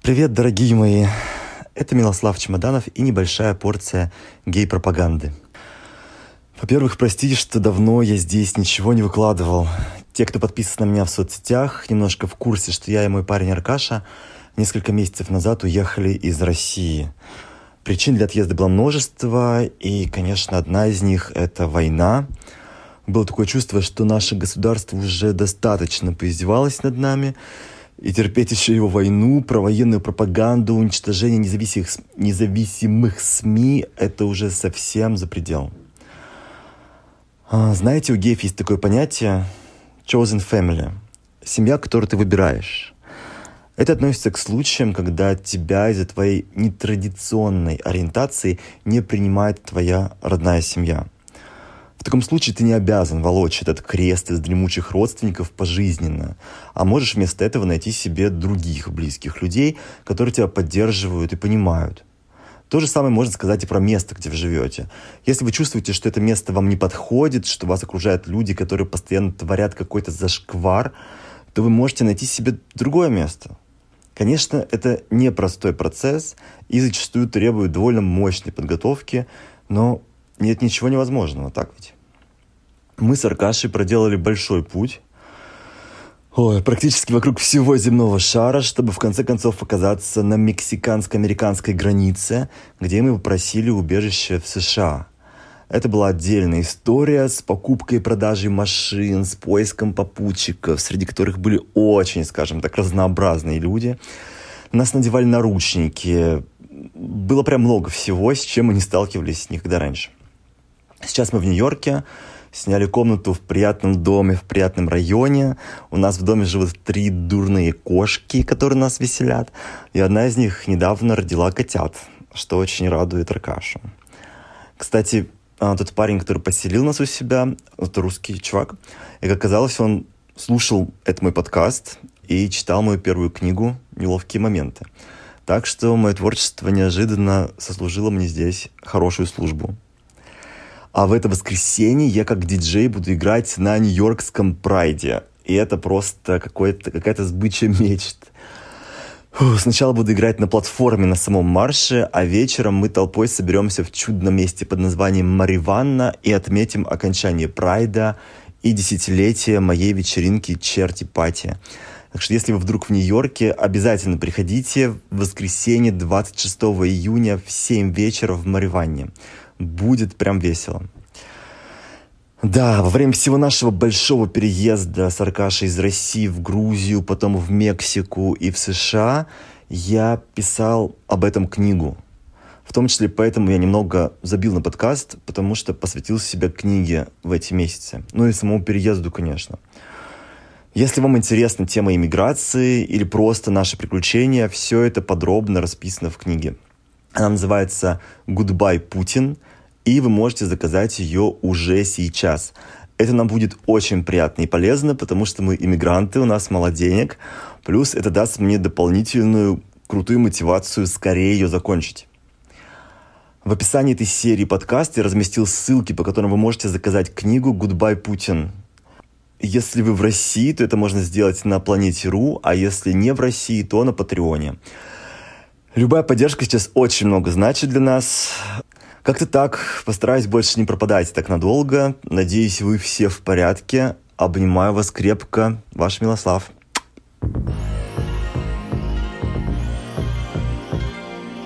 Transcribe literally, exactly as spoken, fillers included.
Привет, дорогие мои! Это Милослав Чемоданов и небольшая порция гей-пропаганды. Во-первых, простите, что давно я здесь ничего не выкладывал. Те, кто подписан на меня в соцсетях, немножко в курсе, что я и мой парень Аркаша несколько месяцев назад уехали из России. Причин для отъезда было множество, и, конечно, одна из них – это война. Было такое чувство, что наше государство уже достаточно поиздевалось над нами, и терпеть еще его войну, провоенную пропаганду, уничтожение независимых, независимых СМИ – это уже совсем за пределом. Знаете, у геев есть такое понятие chosen family – семья, которую ты выбираешь. Это относится к случаям, когда тебя из-за твоей нетрадиционной ориентации не принимает твоя родная семья. В таком случае ты не обязан волочь этот крест из дремучих родственников пожизненно, а можешь вместо этого найти себе других близких людей, которые тебя поддерживают и понимают. То же самое можно сказать и про место, где вы живете. Если вы чувствуете, что это место вам не подходит, что вас окружают люди, которые постоянно творят какой-то зашквар, то вы можете найти себе другое место. Конечно, это непростой процесс и зачастую требует довольно мощной подготовки, но нет ничего невозможного, так ведь? Мы с Аркашей проделали большой путь, ой, практически вокруг всего земного шара, чтобы в конце концов оказаться на мексиканско-американской границе, где мы попросили убежище в США. Это была отдельная история с покупкой и продажей машин, с поиском попутчиков, среди которых были очень, скажем так, разнообразные люди. Нас надевали наручники. Было прям много всего, с чем мы не сталкивались никогда раньше. Сейчас мы в Нью-Йорке, сняли комнату в приятном доме, в приятном районе. У нас в доме живут три дурные кошки, которые нас веселят. И одна из них недавно родила котят, что очень радует Аркашу. Кстати, тот парень, который поселил нас у себя, это русский чувак. И, как оказалось, он слушал этот мой подкаст и читал мою первую книгу «Неловкие моменты». Так что мое творчество неожиданно сослужило мне здесь хорошую службу. А в это воскресенье я как диджей буду играть на Нью-Йоркском прайде. И это просто какое-то, какая-то сбыча мечт. Фу, сначала буду играть на платформе на самом марше, а вечером мы толпой соберемся в чудном месте под названием Мариванна и отметим окончание прайда и десятилетие моей вечеринки Черти-пати. Так что если вы вдруг в Нью-Йорке, обязательно приходите в воскресенье двадцать шестого июня в семь вечера в Мариванне. Будет прям весело. Да, во время всего нашего большого переезда с Аркашей из России в Грузию, потом в Мексику и в США, я писал об этом книгу. В том числе поэтому я немного забил на подкаст, потому что посвятил себя книге в эти месяцы. Ну и самому переезду, конечно. Если вам интересна тема иммиграции или просто наши приключения, все это подробно расписано в книге. Она называется «Goodbye, Путин», и вы можете заказать ее уже сейчас. Это нам будет очень приятно и полезно, потому что мы иммигранты, у нас мало денег, плюс это даст мне дополнительную крутую мотивацию скорее ее закончить. В описании этой серии подкаста я разместил ссылки, по которым вы можете заказать книгу «Goodbye, Путин». Если вы в России, то это можно сделать на Планете.ру, а если не в России, то на Патреоне. Любая поддержка сейчас очень много значит для нас. Как-то так. Постараюсь больше не пропадать так надолго. Надеюсь, вы все в порядке. Обнимаю вас крепко. Ваш Милослав.